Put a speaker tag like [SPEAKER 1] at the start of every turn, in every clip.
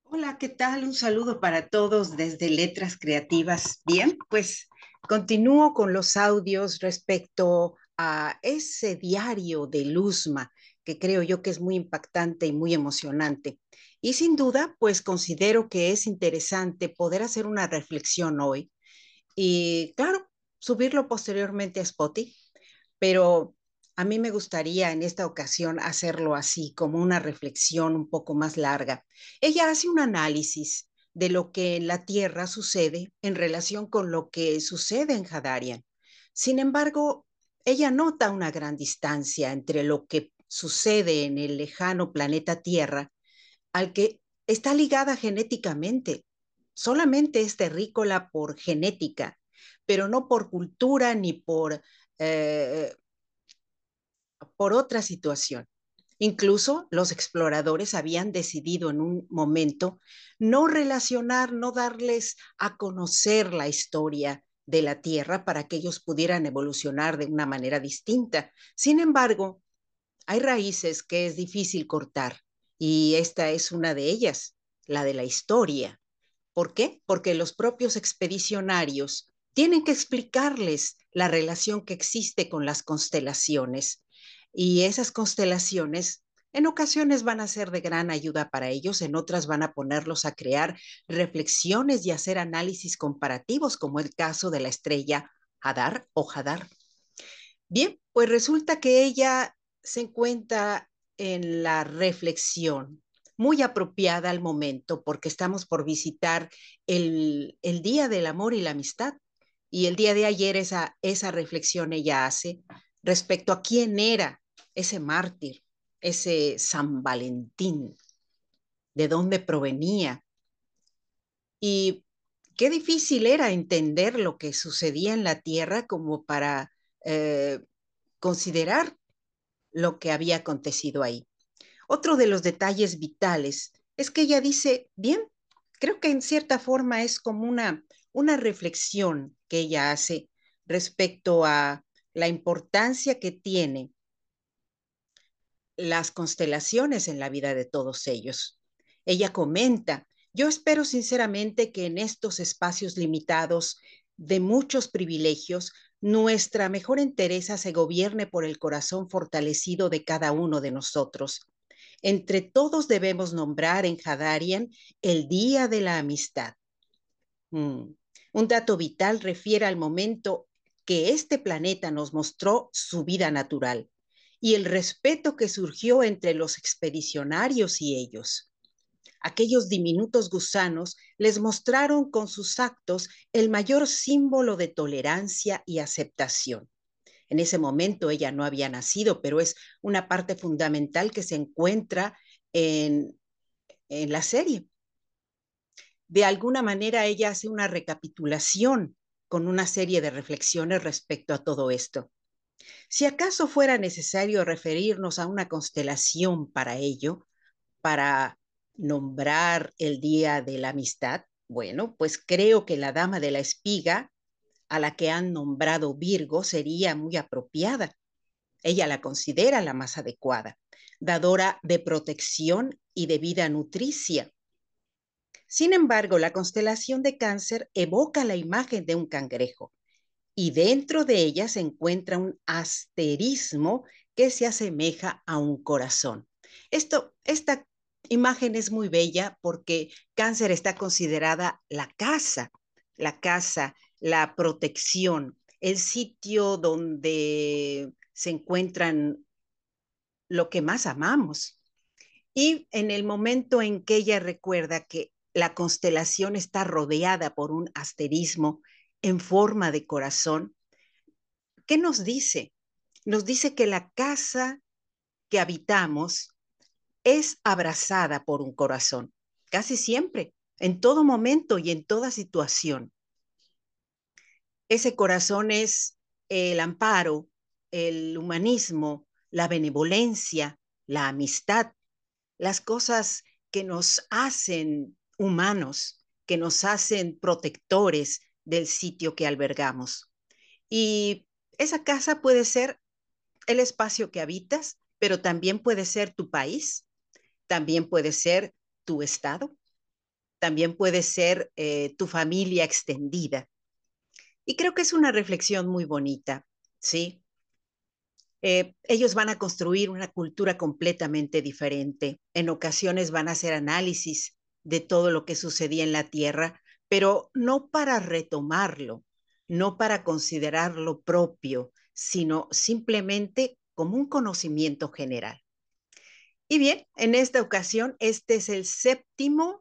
[SPEAKER 1] Hola, ¿qué tal? Un saludo para todos desde Letras Creativas. Bien, pues continúo con los audios respecto a ese diario de Luzma, que creo yo que es muy impactante y muy emocionante. Y sin duda, pues considero que es interesante poder hacer una reflexión hoy y, claro, subirlo posteriormente a Spotify, pero a mí me gustaría en esta ocasión hacerlo así, como una reflexión un poco más larga. Ella hace un análisis de lo que en la Tierra sucede en relación con lo que sucede en Hadarian. Sin embargo, ella nota una gran distancia entre lo que sucede en el lejano planeta Tierra al que está ligada genéticamente. Solamente es terrícola por genética, pero no por cultura ni por otra situación. Incluso los exploradores habían decidido en un momento no relacionar, no darles a conocer la historia de la Tierra para que ellos pudieran evolucionar de una manera distinta. Sin embargo, hay raíces que es difícil cortar y esta es una de ellas, la de la historia. ¿Por qué? Porque los propios expedicionarios tienen que explicarles la relación que existe con las constelaciones y esas constelaciones en ocasiones van a ser de gran ayuda para ellos, en otras van a ponerlos a crear reflexiones y hacer análisis comparativos, como el caso de la estrella Hadar o Hadar. Bien, pues resulta que ella se encuentra en la reflexión, muy apropiada al momento, porque estamos por visitar el Día del Amor y la Amistad. Y el día de ayer esa reflexión ella hace respecto a quién era ese mártir, ese San Valentín, de dónde provenía. Y qué difícil era entender lo que sucedía en la tierra como para eh, considerar lo que había acontecido ahí. Otro de los detalles vitales es que ella dice, bien, creo que en cierta forma es como una reflexión que ella hace respecto a la importancia que tiene las constelaciones en la vida de todos ellos. Ella comenta, yo espero sinceramente que en estos espacios limitados de muchos privilegios, nuestra mejor entereza se gobierne por el corazón fortalecido de cada uno de nosotros. Entre todos debemos nombrar en Hadarian el Día de la Amistad. Mm. Un dato vital refiere al momento que este planeta nos mostró su vida natural y el respeto que surgió entre los expedicionarios y ellos. Aquellos diminutos gusanos les mostraron con sus actos el mayor símbolo de tolerancia y aceptación. En ese momento ella no había nacido, pero es una parte fundamental que se encuentra en la serie. De alguna manera ella hace una recapitulación con una serie de reflexiones respecto a todo esto. Si acaso fuera necesario referirnos a una constelación para ello, para nombrar el Día de la Amistad, bueno, pues creo que la Dama de la Espiga, a la que han nombrado Virgo, sería muy apropiada. Ella la considera la más adecuada, dadora de protección y de vida nutricia. Sin embargo, la constelación de Cáncer evoca la imagen de un cangrejo y dentro de ella se encuentra un asterismo que se asemeja a un corazón. Esta imagen es muy bella porque Cáncer está considerada la casa, la protección, el sitio donde se encuentran lo que más amamos. Y en el momento en que ella recuerda que la constelación está rodeada por un asterismo en forma de corazón, ¿qué nos dice? Nos dice que la casa que habitamos es abrazada por un corazón, casi siempre, en todo momento y en toda situación. Ese corazón es el amparo, el humanismo, la benevolencia, la amistad, las cosas que nos hacen humanos, que nos hacen protectores del sitio que albergamos. Y esa casa puede ser el espacio que habitas, pero también puede ser tu país, también puede ser tu estado, también puede ser tu familia extendida. Y creo que es una reflexión muy bonita, ¿sí? Ellos van a construir una cultura completamente diferente. En ocasiones van a hacer análisis de todo lo que sucedía en la Tierra, pero no para retomarlo, no para considerarlo propio, sino simplemente como un conocimiento general. Y bien, en esta ocasión, este es el séptimo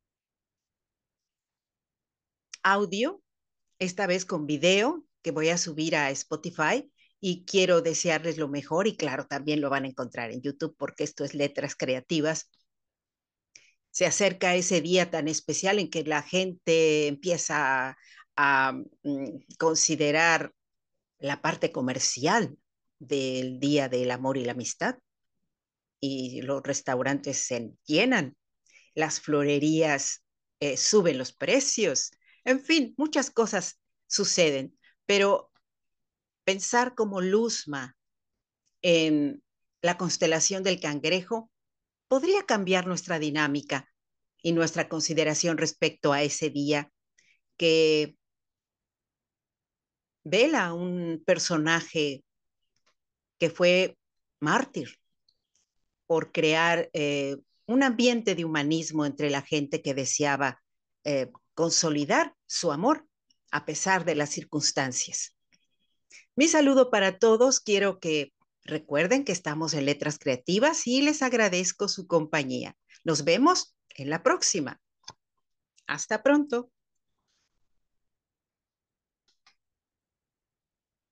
[SPEAKER 1] audio, esta vez con video, que voy a subir a Spotify y quiero desearles lo mejor y claro, también lo van a encontrar en YouTube porque esto es Letras Creativas. Se acerca ese día tan especial en que la gente empieza a considerar la parte comercial del Día del Amor y la Amistad y los restaurantes se llenan, las florerías suben los precios, en fin, muchas cosas suceden, pero pensar como Luzma en la constelación del cangrejo podría cambiar nuestra dinámica y nuestra consideración respecto a ese día que vela a un personaje que fue mártir por crear un ambiente de humanismo entre la gente que deseaba consolidar su amor a pesar de las circunstancias. Mi saludo para todos. Quiero que recuerden que estamos en Letras Creativas y les agradezco su compañía. Nos vemos en la próxima. Hasta pronto.